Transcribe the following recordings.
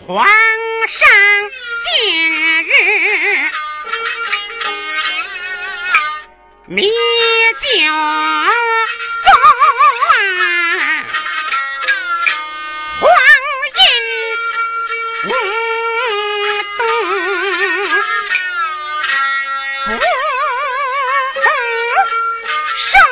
皇上今日密教风，黄银不生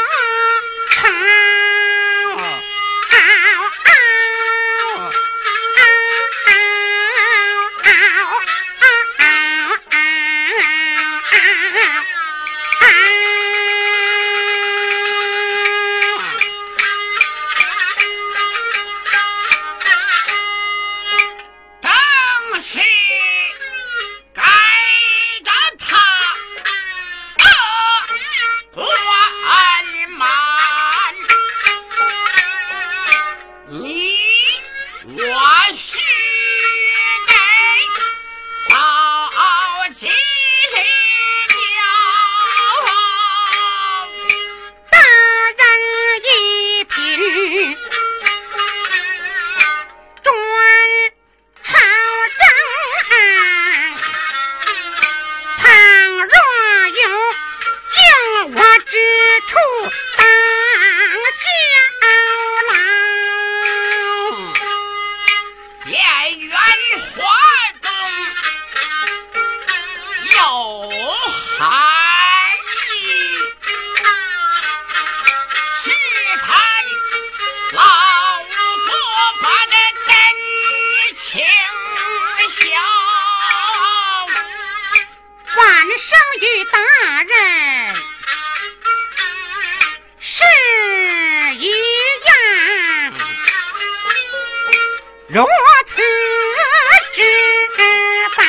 如此之般，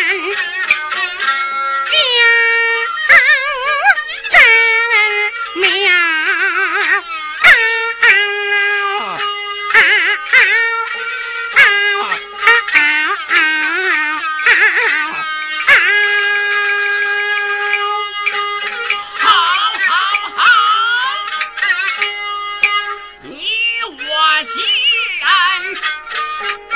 将真妙。 你我既然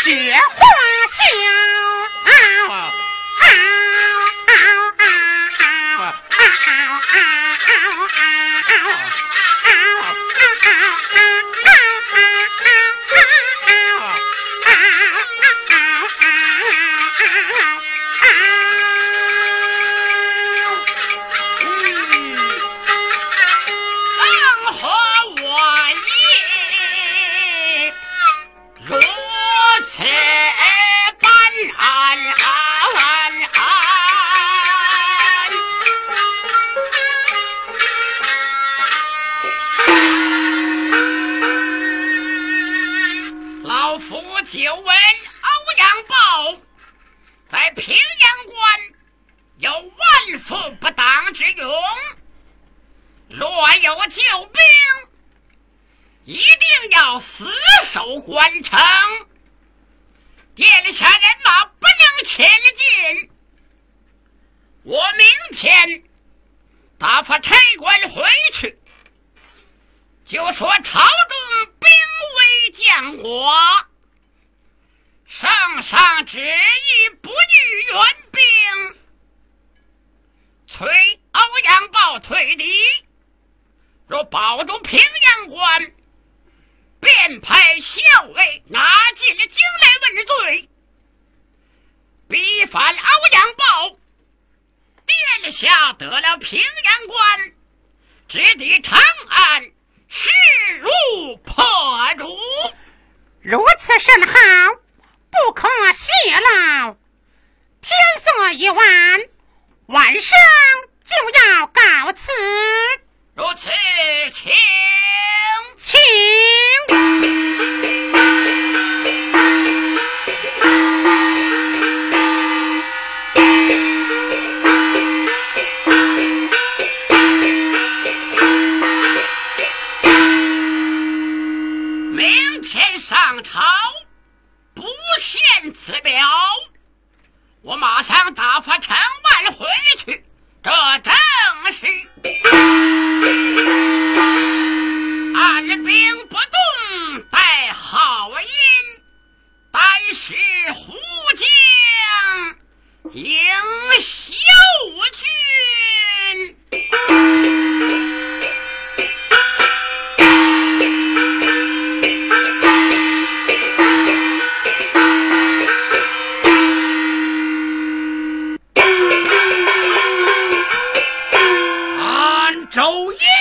雪花笑。如此甚好，不可泄露。天色已晚，晚上就要告辞。 如此，请。明天上朝，不献此表，我马上打发城外回去。这正是按兵不动，待号音，但是胡将迎休军。周英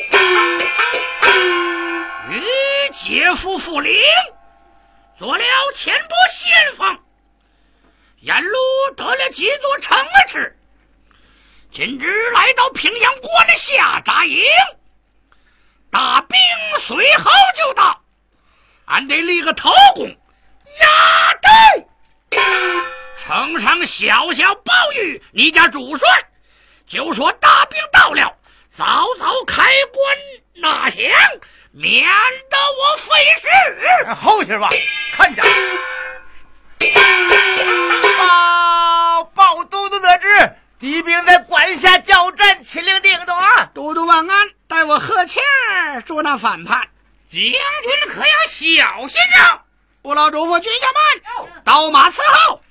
与姐夫傅灵做了前部先锋，沿路得了几座城池，今日来到平阳关下扎营，大兵随后就到，俺得立个头功压队。城上小小报与你家主帅，就说大兵到了，早早开关纳降，免得我费事。 后去吧，看着。报都督得知，敌兵在关下交战，亲领叮咚啊！ 都督万安，待我贺谦儿捉那反叛。 将军可要小心啊！ 不劳嘱咐，军下慢，刀马伺候。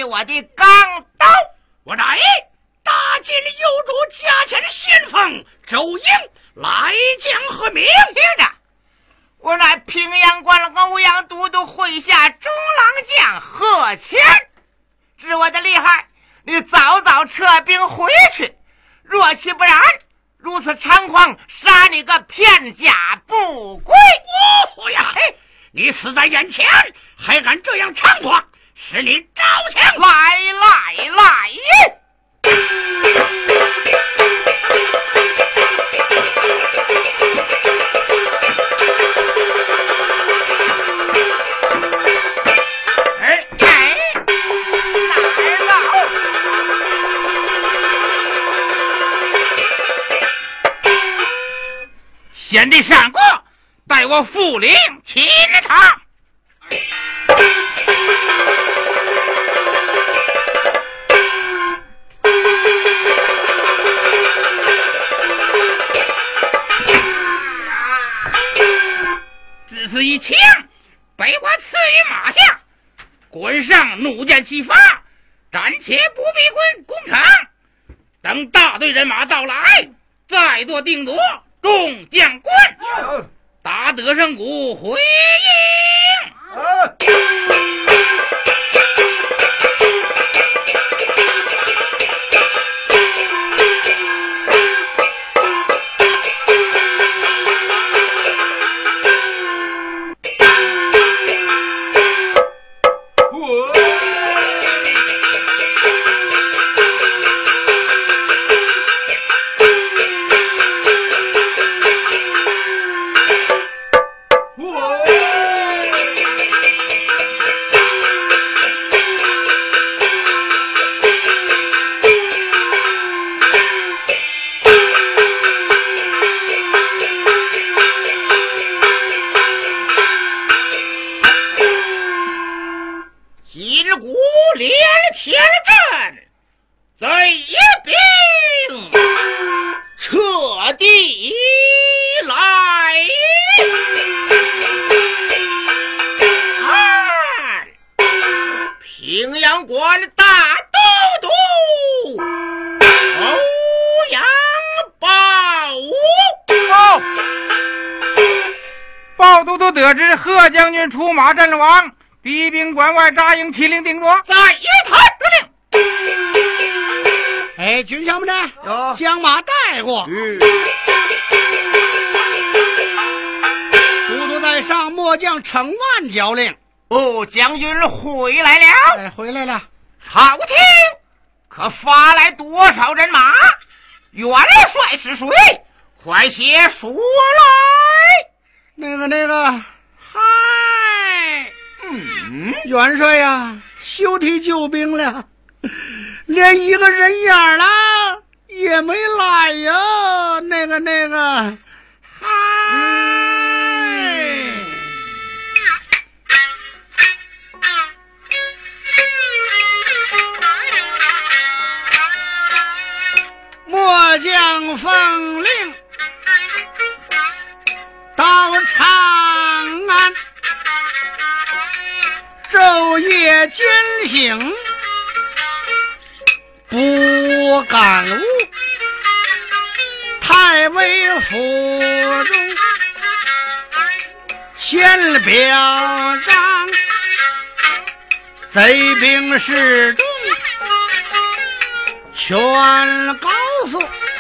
我的钢刀。 我乃大晋右主驾前先锋周英，来将何名？ 听着，我乃平阳关欧阳都督麾下中郎将贺谦。知我的厉害，你早早撤兵回去，若其不然，如此猖狂，杀你个片甲不归！ 哦呀，你死在眼前，还敢这样猖狂，使你招枪！ 来！ 贤弟上过，待我复领擒他。只是一枪，被我刺于马下，滚上怒箭齐发，暂且不必攻城，等大队人马到来，再做定夺。众将官，打德胜谷回应。得知贺将军出马阵亡，敌兵关外扎营，起令定夺，在一台得令。军校们呢？将马带过。都督在上，末将程万交令。 将军回来了。 回来了。 朝廷可发来多少人马？元帅是谁？快些说来。 那个，嗨，元帅呀，休提救兵了，连一个人样了也没来呀。那个，嗨，末将奉令。到长安，昼夜兼行，不敢误。太尉府中先表彰，贼兵示众，全告诉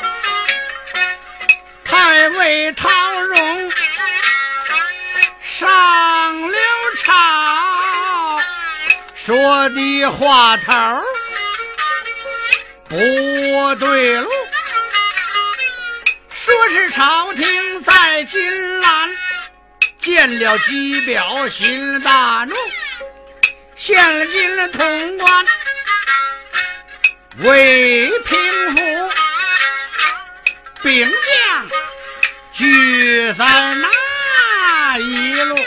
太尉陶荣。上了朝，说的话头不对路，说是朝廷在金兰见了机表，心大怒，现今潼关为平府，兵将聚在那一路，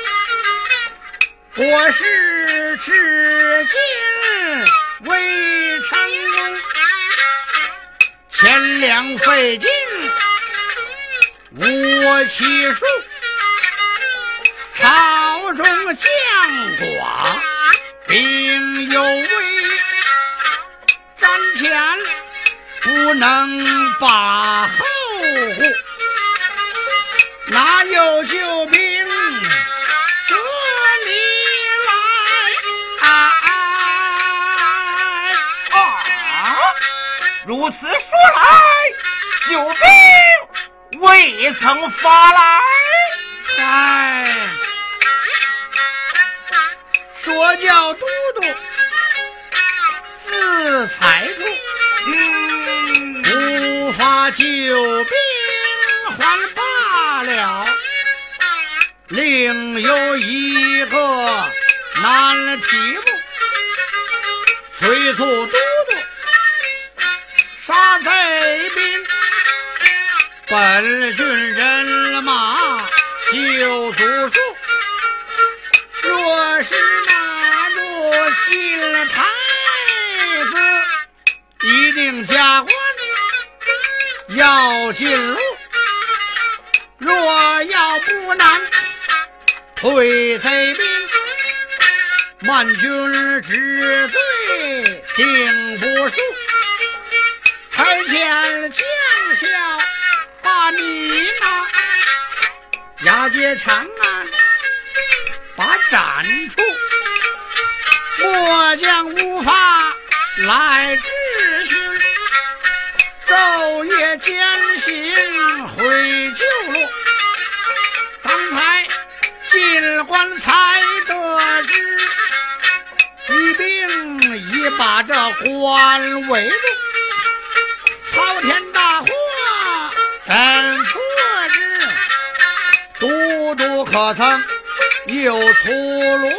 我是至今未成功，钱粮费尽无其数，朝中将寡并有为， 如此说来，救兵未曾发来。 哎，说教都督自裁处，无法救兵还罢了，另有一个难题目，催促都督杀贼兵，本郡人马救主数，若是拿住新太子，一定加官要进入，若要不难退贼兵，满军之罪定不恕，才遣将校把你那押解长安，把斩处，末将无法来质询，昼夜艰辛回旧路，刚才进官才得知，一兵已把这官围住，朝天大祸怎错知，都督可曾有出路？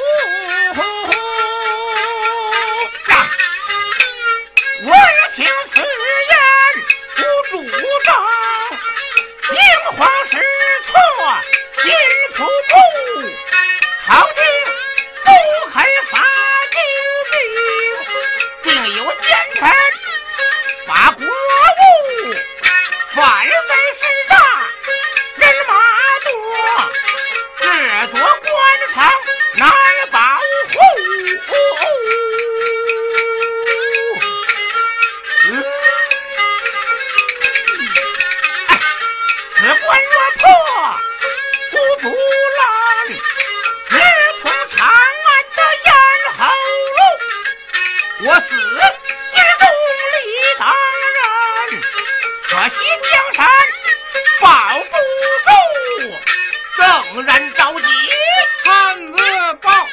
我听此言无主张，明皇失错心突突，朝廷不肯发救兵，并有奸臣把国务反为是大，人马多，这座官场难保护。此官若破不阻拦，直从长安的咽喉路，我死也动理当然，可惜江山保不住，正人着急。 汉恶报，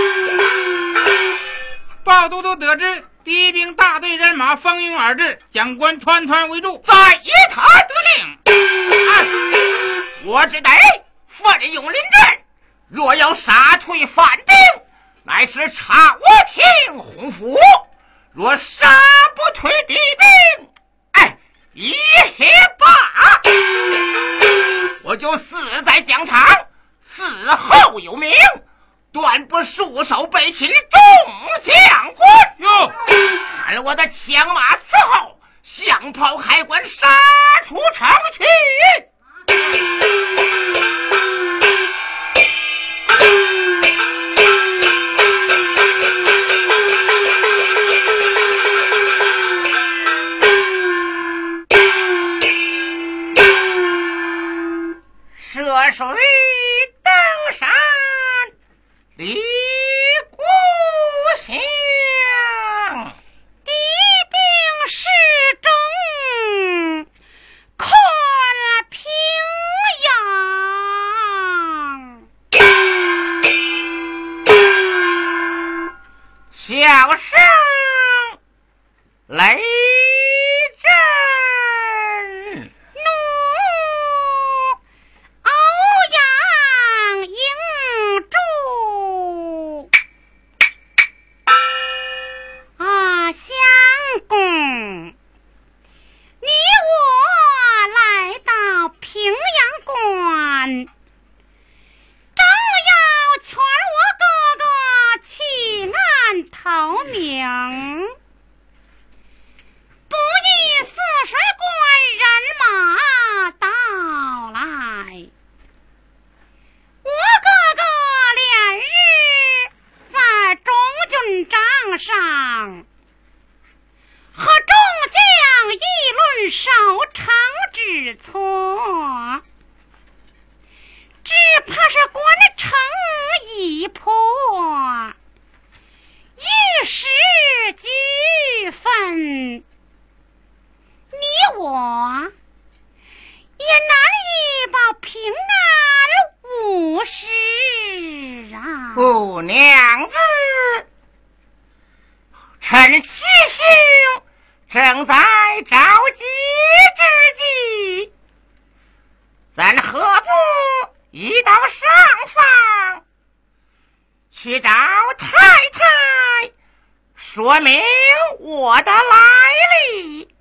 鲍都督得知敌兵大队人马蜂拥而至，将官团团围住， 在一他得令，我只得奋勇临阵，若要杀退反兵，乃是朝廷洪福；若杀不退敌兵，也罢，我就死在疆场，死后有名，断不束手背擒众将官。 哟， 看我的枪马伺候，响炮开关，杀出城去。涉水登山离故乡， 敌兵势中困平阳， 小声雷震， 怒欧阳营柱相公，你我来到平阳关，正要劝我哥哥弃暗投明，不意泗水关人马到来，我哥哥连日在中军帐上和众将议论守城之错，只怕是关城已破，一时俱分， 娘子，趁其兄正在着急之际，咱何不一到上房去找太太说明我的来历，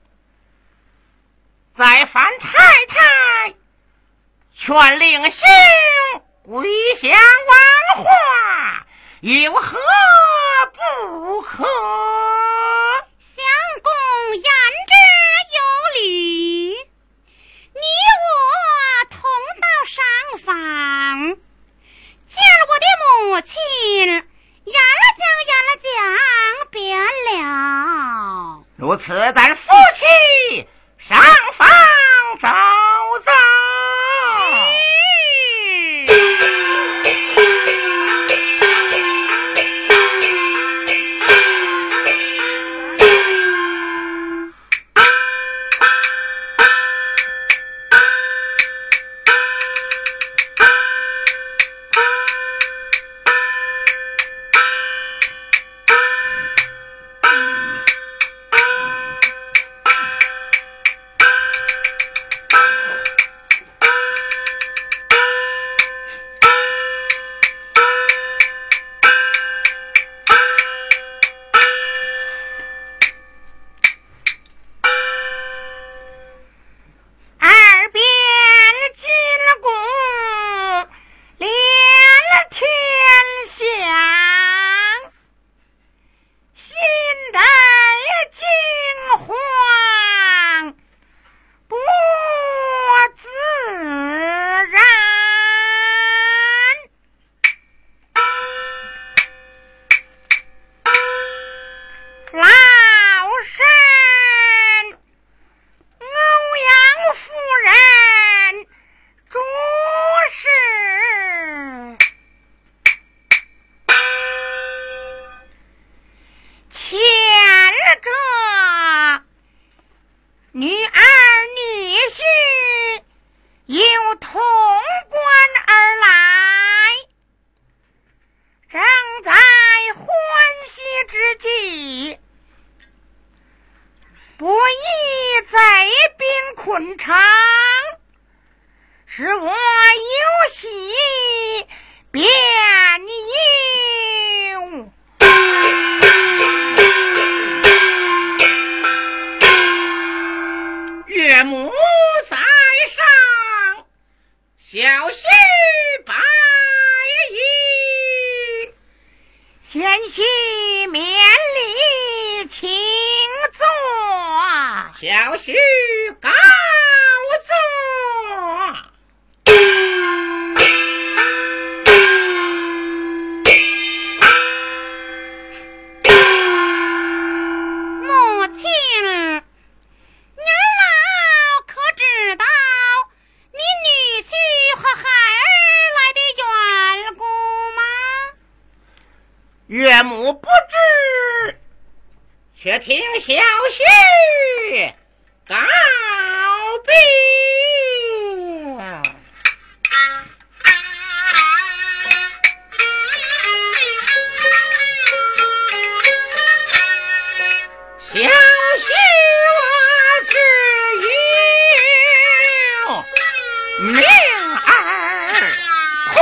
再烦太太劝令兄归降王化，有何不可？ 相公言之有理，你我同到上房，见了我的母亲，言了讲便了。 如此，咱夫妻上房走走。岳母不知，却听小婿告禀。小婿我只有命儿苦。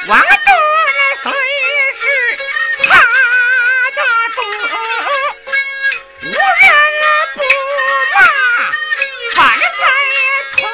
王主人虽是他的主，无人不骂，反在痛。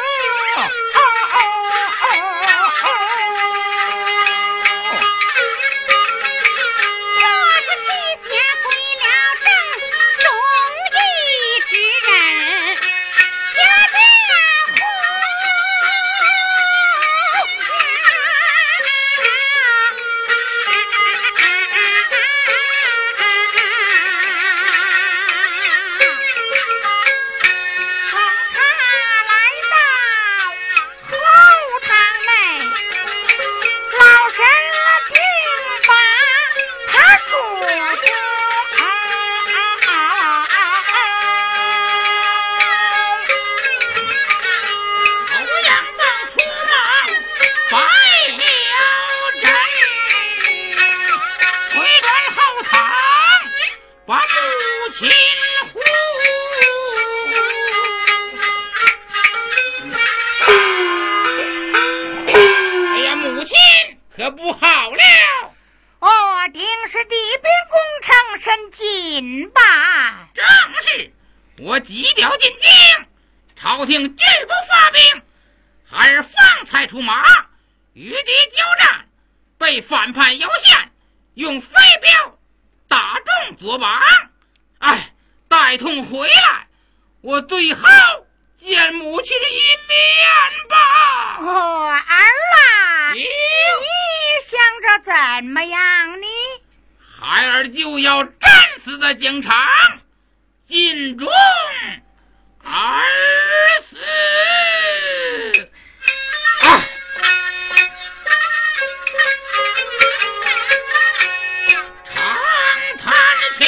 我急表进京，朝廷拒不发兵，孩儿方才出马，与敌交战，被反叛摇线，用飞镖打中左膀。哎，待痛回来，我最好见母亲的一面吧。 儿啊，你想着怎么样呢？ 孩儿就要战死在疆场，尽忠而死。长叹气，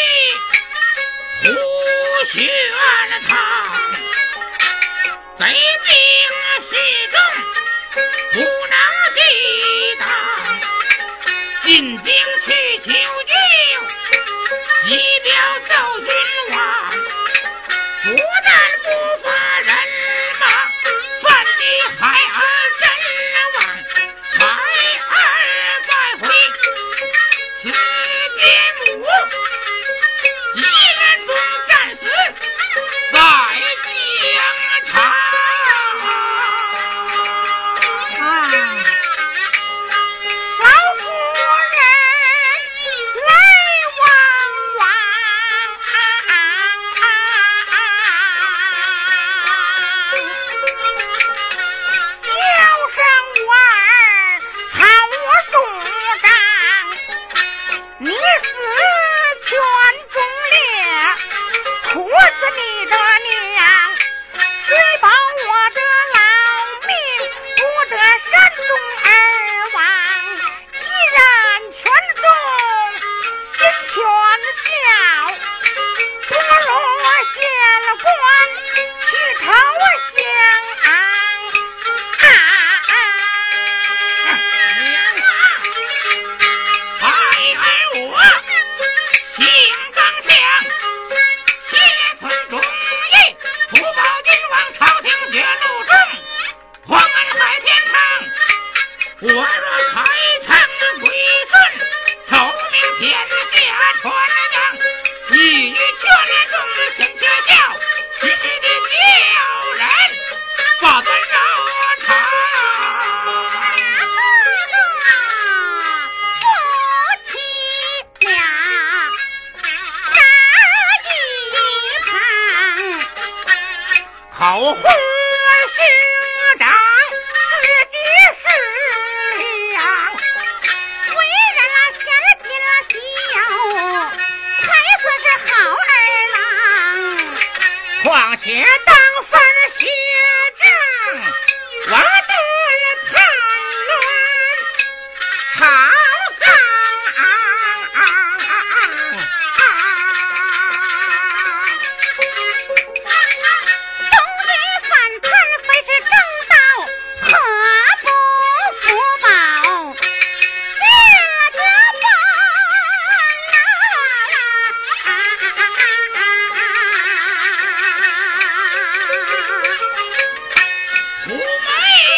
胡旋堂，贼兵势众，不能抵挡。进京去求救，急表奏君王，不但不发人马，反逼孩儿身亡。孩儿该回此别母，一人中战死在疆场。我若开城归顺，透明天下传扬，一语劝中先却笑，只是的叫人把断绕肠。 夫妻俩打一场， 口呼兄长自己是良， 虽然先进了小，还算是好儿郎。 况且当番学政，王顿叛乱好刚。 东野反叛非是正道，何不服保？这个武梅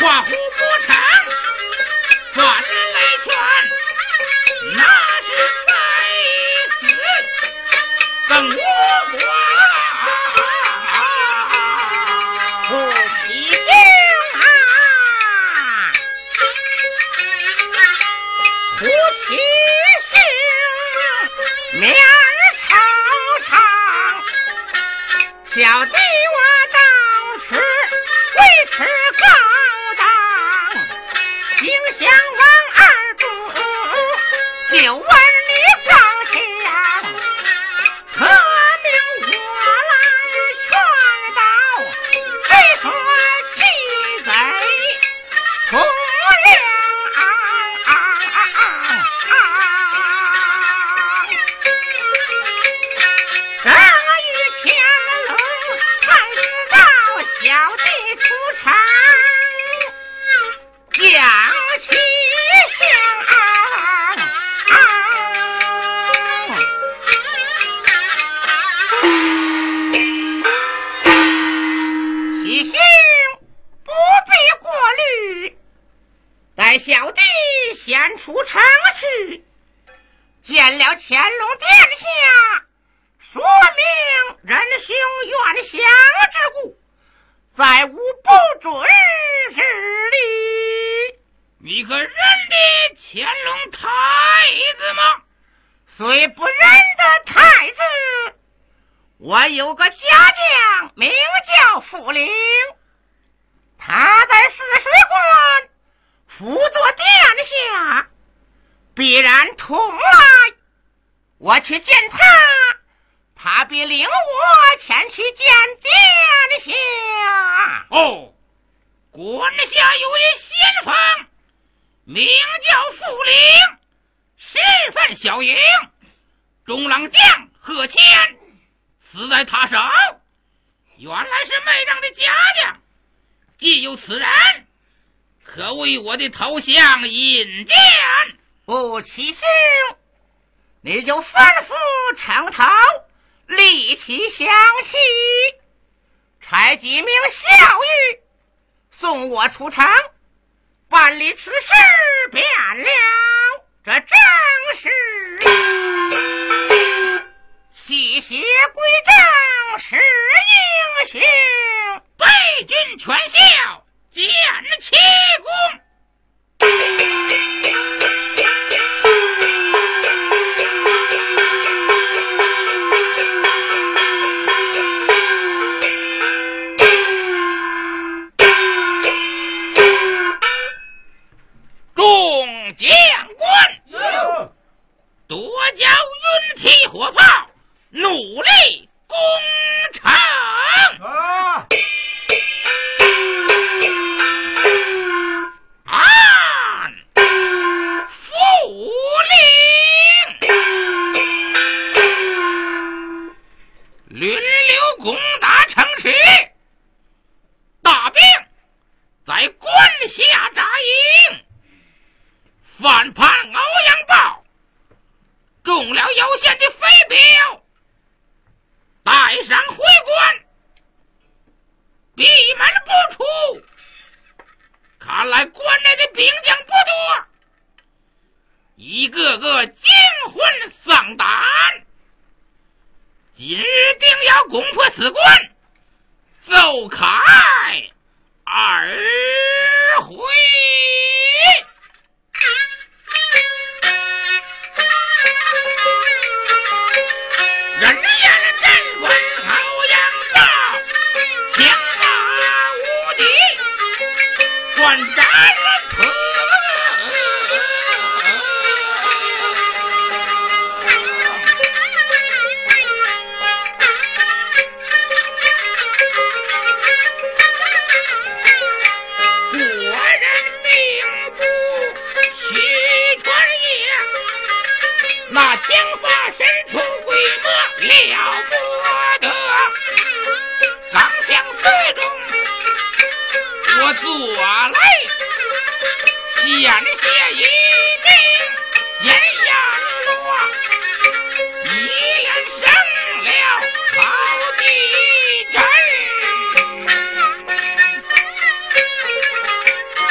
画虎不成，转来劝，那是在死更无果。 面朝上，小弟我当时为此高档，竟想往二步就问你方向，可命我来劝导，非说鸡贼从良。小弟出城将其相，其兄不必过虑，待小弟先出城去，见了乾隆殿下，说明仁兄远降之故，再无不准之理。 你可认得乾隆太子吗？ 虽不认得太子，我有个家将名叫傅灵，他在泗水关辅佐殿下，必然同来。我去见他，他必领我前去见殿下。 哦，关下有一先锋，名叫傅灵，十分骁勇，中郎将贺谦死在他手，原来是妹丈的家将。既有此人，可为我的头项引荐。 不其兄，你就吩咐城头立即详细，差几名校尉送我出城，办理此事便了。这正是西邪归正是英雄， 备军全校见其功。众将官，多交云梯火炮，努力攻城。按傅令，轮流攻打城池，大兵在关下扎营，反叛欧阳豹中了有限的飞镖，带上回关，闭门不出。看来关内的兵将不多，一个个惊魂丧胆。今日定要攻破此关，奏开2回。人言镇关欧阳豹，强大无敌，关斩破。国人命不虚传也，那枪法神出鬼没了不得。刚强最中，我做来献血一命，眼下落一连胜了好几阵。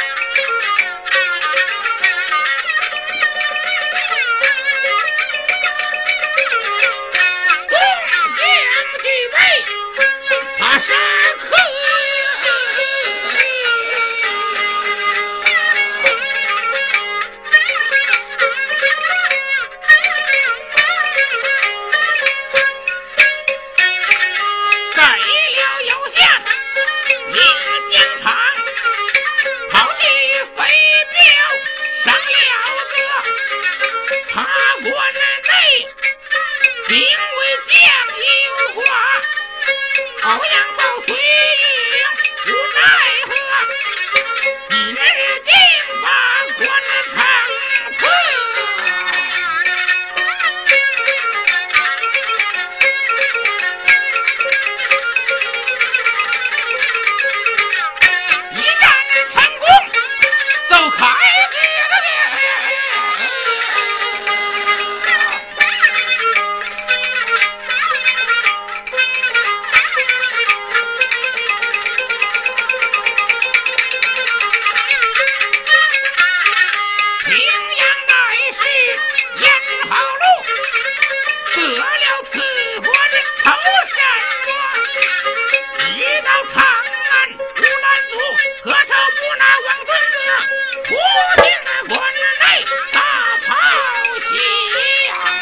车手不拿王墩子，不听那关内大炮响。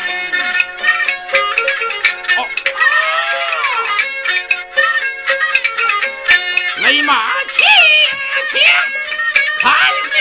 雷马轻轻看兵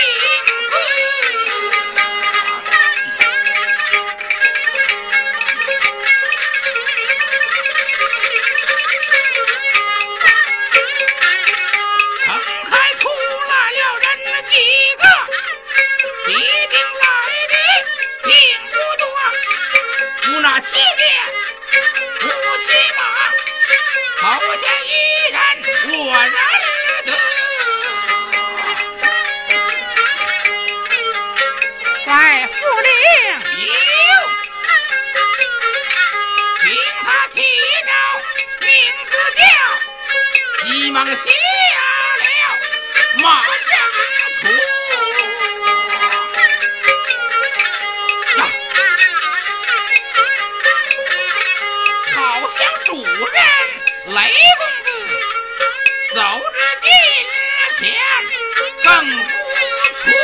忙下了马上途呀，好像主人雷公子走至近前更不错，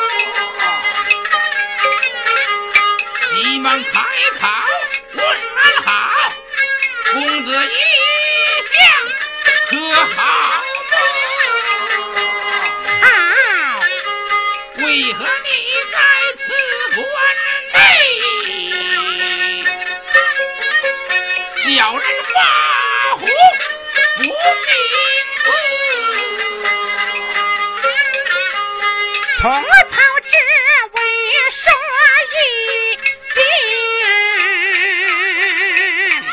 急忙开口问安好，公子一向可好好， 为何你在此关内？小人画虎不明从头只为说一遍，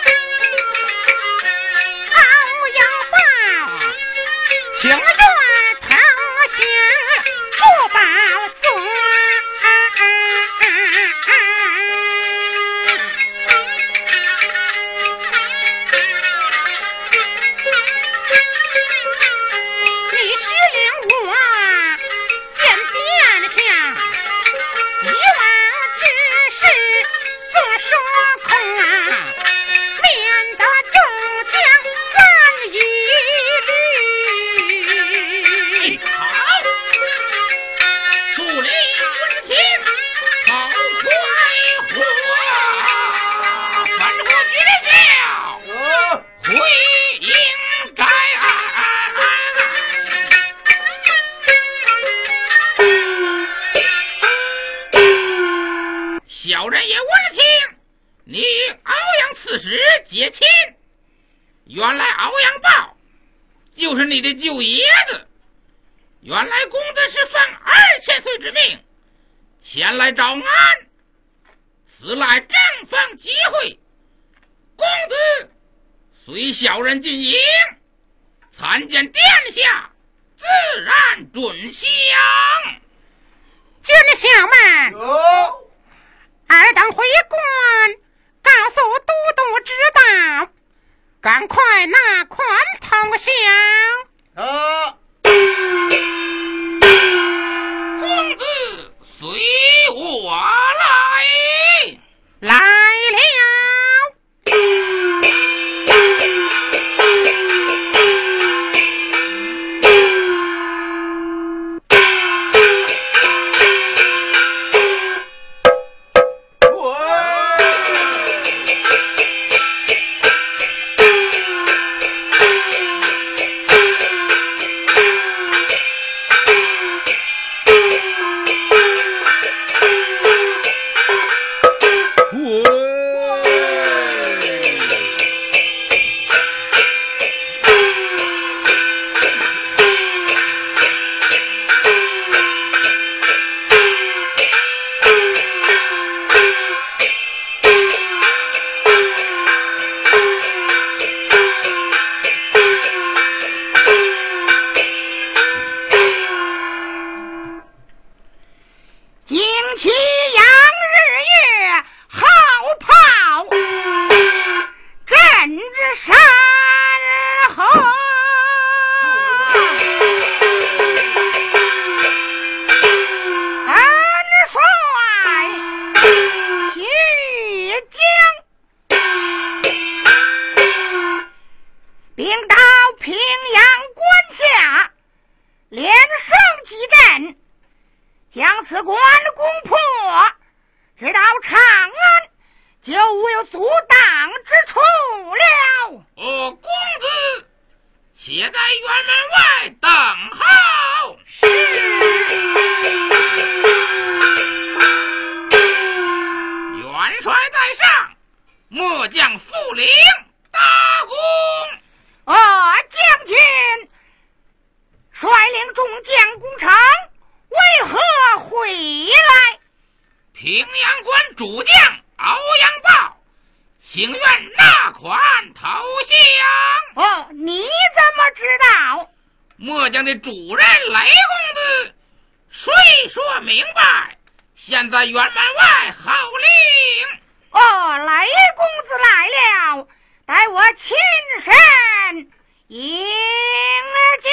欧阳豹情愿投降不保尊，你须领我见殿下，以往之事做说空啊，免得众将犯疑虑。 好，树林闻听好快活，反正绝叫回应该。小人也闻了听，你欧阳刺史结亲，原来欧阳豹就是你的舅爷子。原来公子是奉2000岁之命前来招安，此来正逢机会，公子随小人进营参见殿下，自然准降。 军校们，尔等回官，告诉都督知道，赶快拿款投降。 公子随我来。 来了。 此关攻破，直到长安，就无有阻挡之处了。 公子且在辕门外等候。 是。 元帅在上，末将复领大功。 将军率领众将攻城，为何回来？ 平阳关主将敖阳豹请愿纳款投降。 你怎么知道？ 末将的主人雷公子虽说明白，现在辕门外号令。 雷公子来了，待我亲身迎接。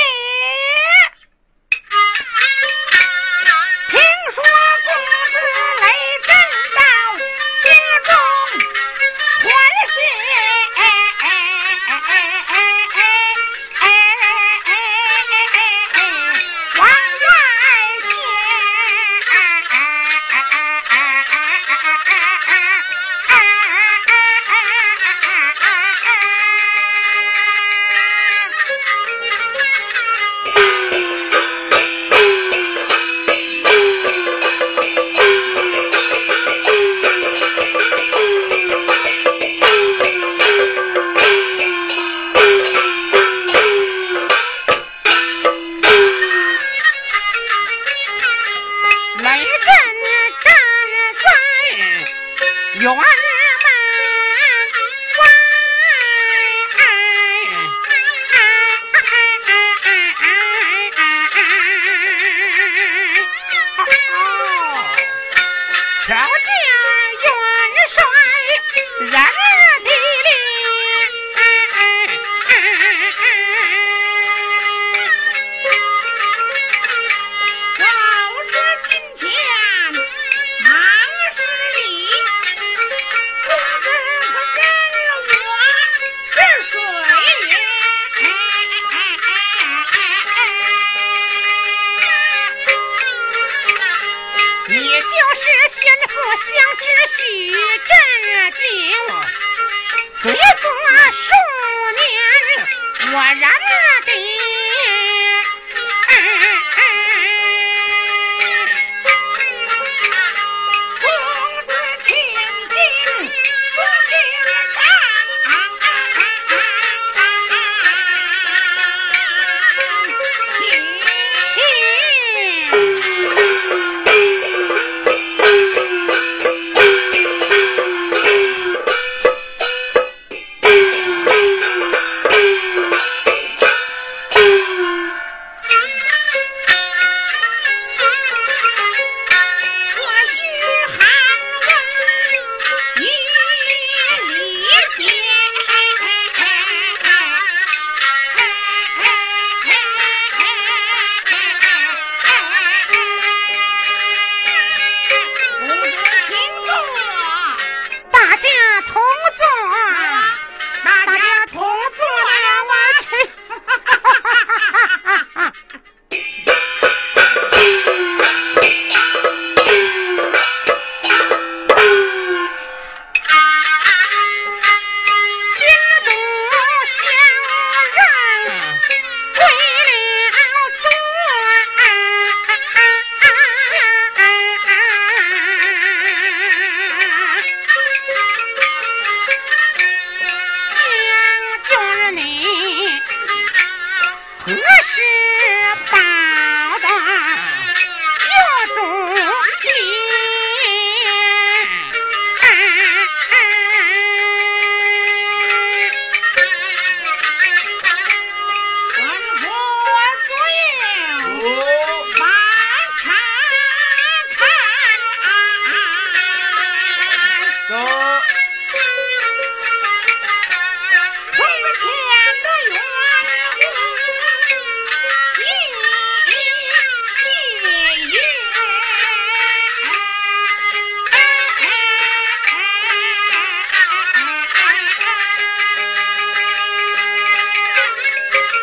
听说公子雷震到，心中欢喜，往外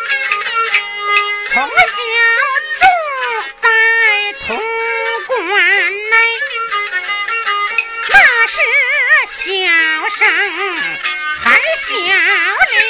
从小住在潼关。 还笑脸。